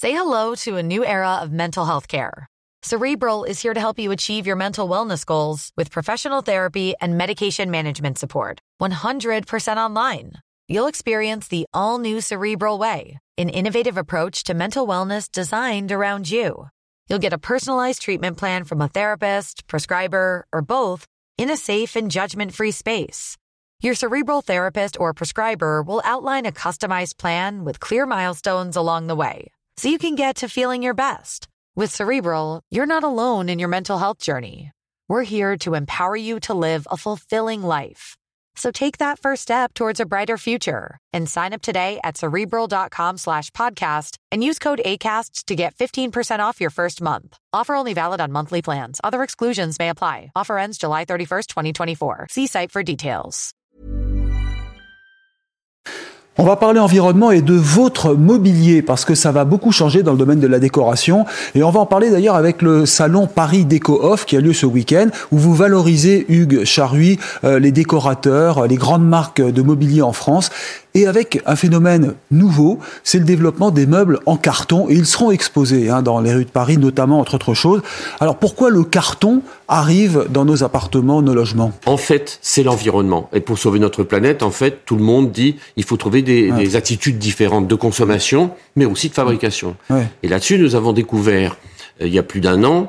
Say hello to a new era of mental health care. Cerebral is here to help you achieve your mental wellness goals with professional therapy and medication management support. 100% online. You'll experience the all-new Cerebral Way, an innovative approach to mental wellness designed around you. You'll get a personalized treatment plan from a therapist, prescriber, or both in a safe and judgment-free space. Your Cerebral therapist or prescriber will outline a customized plan with clear milestones along the way, so you can get to feeling your best. With Cerebral, you're not alone in your mental health journey. We're here to empower you to live a fulfilling life. So take that first step towards a brighter future and sign up today at Cerebral.com/podcast and use code ACAST to get 15% off your first month. Offer only valid on monthly plans. Other exclusions may apply. Offer ends July 31st, 2024. See site for details. On va parler environnement et de votre mobilier parce que ça va beaucoup changer dans le domaine de la décoration et on va en parler d'ailleurs avec le salon Paris Déco Off qui a lieu ce week-end où vous valorisez, Hugues Charhuy, les décorateurs, les grandes marques de mobilier en France et avec un phénomène nouveau, c'est le développement des meubles en carton et ils seront exposés dans les rues de Paris notamment entre autres choses. Alors pourquoi le carton arrive dans nos appartements, nos logements ? En fait, c'est l'environnement. Et pour sauver notre planète, en fait, tout le monde dit il faut trouver des attitudes différentes de consommation, mais aussi de fabrication. Ouais. Et là-dessus, nous avons découvert, il y a plus d'1 an,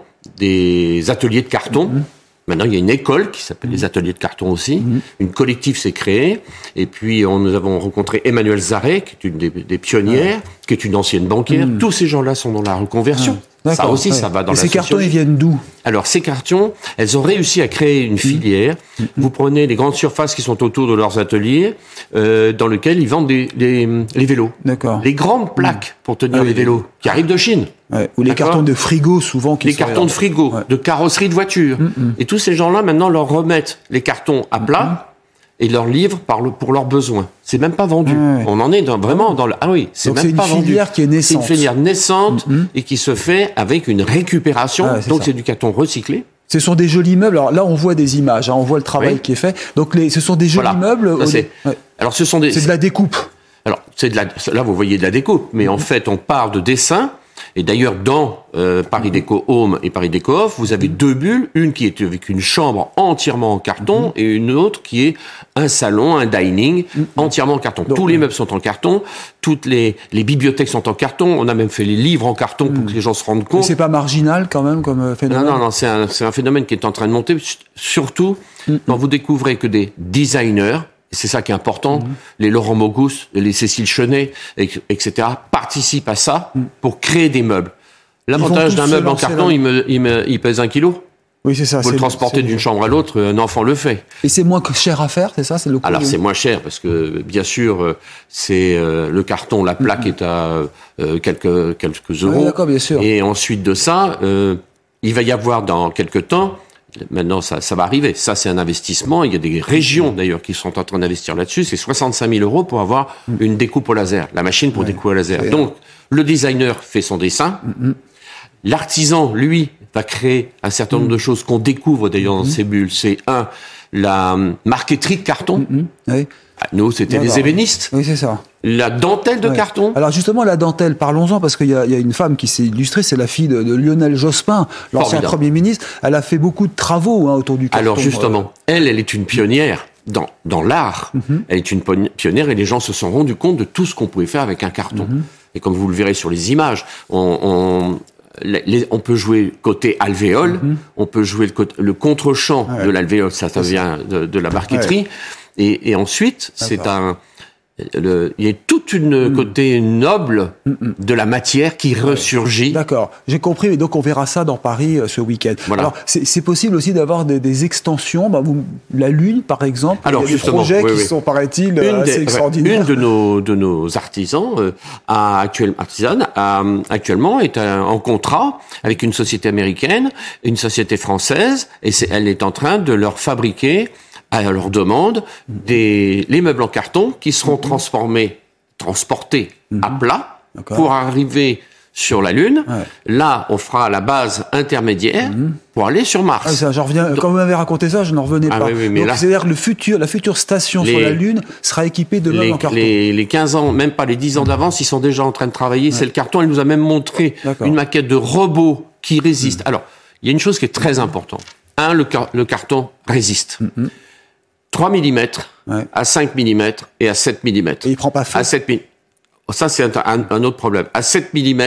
des ateliers de carton. Maintenant, il y a une école qui s'appelle les ateliers de carton aussi. Une collective s'est créée. Et puis, nous avons rencontré Emmanuelle Zaret, qui est une des pionnières, qui est une ancienne banquière. Tous ces gens-là sont dans la reconversion. Ça aussi, ça va dans la sociologie. Et ces cartons, ils viennent d'où ? Alors, ces cartons, elles ont réussi à créer une filière. Vous prenez les grandes surfaces qui sont autour de leurs ateliers, dans lesquelles ils vendent les vélos. D'accord. Les grandes plaques pour tenir les vélos, qui arrivent de Chine. Ouais. Ou les cartons de frigo, souvent. Les cartons de frigo, de carrosserie de voiture. Et tous ces gens-là, maintenant, leur remettent les cartons à plat. Et leur livrent pour leurs besoins. C'est même pas vendu. On en est vraiment dans le... Ah oui, c'est donc même pas vendu. C'est une filière qui est naissante. C'est une filière naissante et qui se fait avec une récupération. Donc c'est du carton recyclé. Ce sont des jolis meubles. Alors là, on voit des images, on voit le travail qui est fait. Donc ce sont des jolis meubles. Alors ce sont c'est de la découpe. Alors là, vous voyez de la découpe, mais en fait, on part de dessin. Et d'ailleurs, dans Paris Déco Home et Paris Déco Off, vous avez 2 bulles, une qui est avec une chambre entièrement en carton et une autre qui est un salon, un dining entièrement en carton. Donc, tous les meubles sont en carton, toutes les bibliothèques sont en carton. On a même fait les livres en carton pour que les gens se rendent compte. Mais c'est pas marginal quand même comme phénomène ? Non, c'est un phénomène qui est en train de monter, surtout quand vous découvrez que des designers, c'est ça qui est important, les Laurent Mogus, les Cécile Chenet, etc., participent à ça pour créer des meubles. L'avantage d'un meuble en carton, il pèse 1 kilo. Oui, c'est ça. Vous le transporter d'une chambre à l'autre, un enfant le fait. Et c'est moins cher à faire, c'est ça ? C'est le coût. Alors c'est moins cher parce que bien sûr, c'est le carton, la plaque est à quelques euros. Oui, d'accord, bien sûr. Et ensuite de ça, il va y avoir dans quelques temps. Maintenant, ça va arriver. Ça, c'est un investissement. Il y a des régions, d'ailleurs, qui sont en train d'investir là-dessus. C'est 65 000 euros pour avoir une découpe au laser. La machine pour découper au laser. Donc, le designer fait son dessin. L'artisan, lui, va créer un certain nombre de choses qu'on découvre, d'ailleurs, dans ces bulles. C'est la marqueterie de carton. Nous, c'était les ébénistes. Oui, c'est ça. La dentelle de carton. Alors justement, la dentelle, parlons-en, parce qu'il y a une femme qui s'est illustrée, c'est la fille de Lionel Jospin, l'ancien Premier ministre. Elle a fait beaucoup de travaux autour du carton. Alors justement, elle est une pionnière dans l'art. Elle est une pionnière et les gens se sont rendus compte de tout ce qu'on pouvait faire avec un carton. Et comme vous le verrez sur les images, on peut jouer côté alvéole, on peut jouer le contre-champ de l'alvéole, ça vient de la marqueterie. Et ensuite, il y a toute une côté noble de la matière qui ressurgit. D'accord, j'ai compris. Et donc on verra ça dans Paris ce week-end. Voilà. Alors c'est possible aussi d'avoir des extensions. La Lune, par exemple. Alors, il y a des projets qui sont, paraît-il, assez extraordinaires. Une de nos artisans actuellement est en contrat avec une société américaine, une société française, et elle est en train de leur fabriquer à leur demande les meubles en carton qui seront transportés à plat pour arriver sur la Lune. Ouais. Là, on fera la base intermédiaire pour aller sur Mars. Ah, ça, j'en reviens. Quand vous m'avez raconté ça, je n'en revenais pas. Oui, mais donc, là, c'est-à-dire que la future station sur la Lune sera équipée de meubles en carton. Les 15 ans, même pas les 10 ans d'avance, ils sont déjà en train de travailler. C'est le carton. Elle nous a même montré une maquette de robot qui résiste. Alors, il y a une chose qui est très importante. Le carton résiste. 3 mm, à 5 mm et à 7 mm. Et il prend pas feu. À 7 mm. Ça, c'est un autre problème. À 7 mm,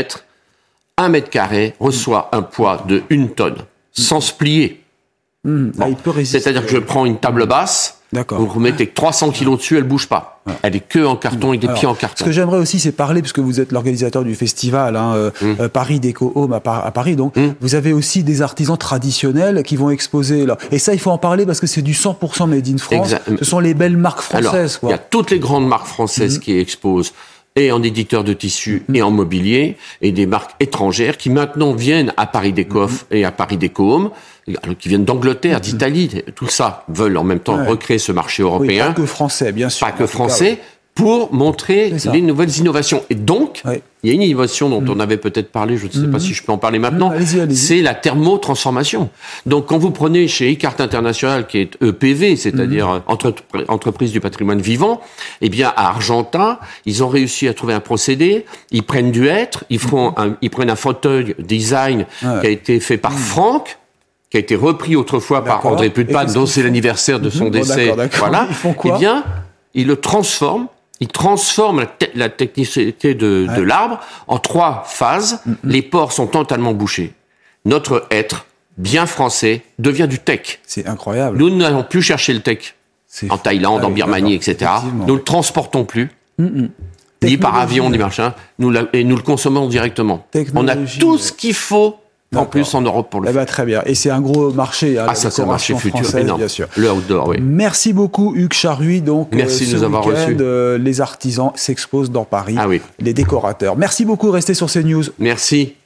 1 mètre carré reçoit un poids de 1 tonne, sans se plier. Bon. Il peut résister. C'est-à-dire que je prends une table basse, vous remettez 300 kilos dessus, elle bouge pas. Elle est que en carton et des pieds en carton. Ce que j'aimerais aussi, c'est parler, puisque vous êtes l'organisateur du festival Paris Déco Home à Paris, donc vous avez aussi des artisans traditionnels qui vont exposer là. Et ça, il faut en parler parce que c'est du 100% made in France. Ce sont les belles marques françaises. Il y a toutes les grandes marques françaises qui exposent, et en éditeur de tissus et en mobilier, et des marques étrangères qui maintenant viennent à Paris Déco et à Paris Déco Home, qui viennent d'Angleterre, d'Italie, tout ça, veulent en même temps recréer ce marché européen. Oui, pas que français, bien sûr. Pas que français, pour montrer les nouvelles innovations. Et donc, il y a une innovation dont on avait peut-être parlé, je ne sais pas si je peux en parler maintenant, allez-y. C'est la thermotransformation. Donc, quand vous prenez chez Icart International, qui est EPV, c'est-à-dire entreprise du patrimoine vivant, eh bien, à Argentat, ils ont réussi à trouver un procédé, ils prennent du hêtre, ils prennent un fauteuil design qui a été fait par Franck, qui a été repris autrefois par André Putman, dont c'est l'anniversaire de son décès. Voilà. Ils font quoi? Eh bien, ils le transforment. Il transforme la technicité de l'arbre en 3 phases. Les pores sont totalement bouchés. Notre hêtre, bien français, devient du teck. C'est incroyable. Nous n'allons plus chercher le teck en Thaïlande, en Birmanie, etc. Nous le transportons plus. Ni par avion, ni machin. Et nous le consommons directement. On a tout ce qu'il faut. En plus, en Europe pour le faire. Très bien. Et c'est un gros marché. Ça, c'est un marché futur énorme. Bien sûr. Le outdoor, oui. Merci beaucoup, Hugues Charruy. Donc, merci de nous avoir reçus. Les artisans s'exposent dans Paris. Ah oui. Les décorateurs. Merci beaucoup. Restez sur CNews. Merci.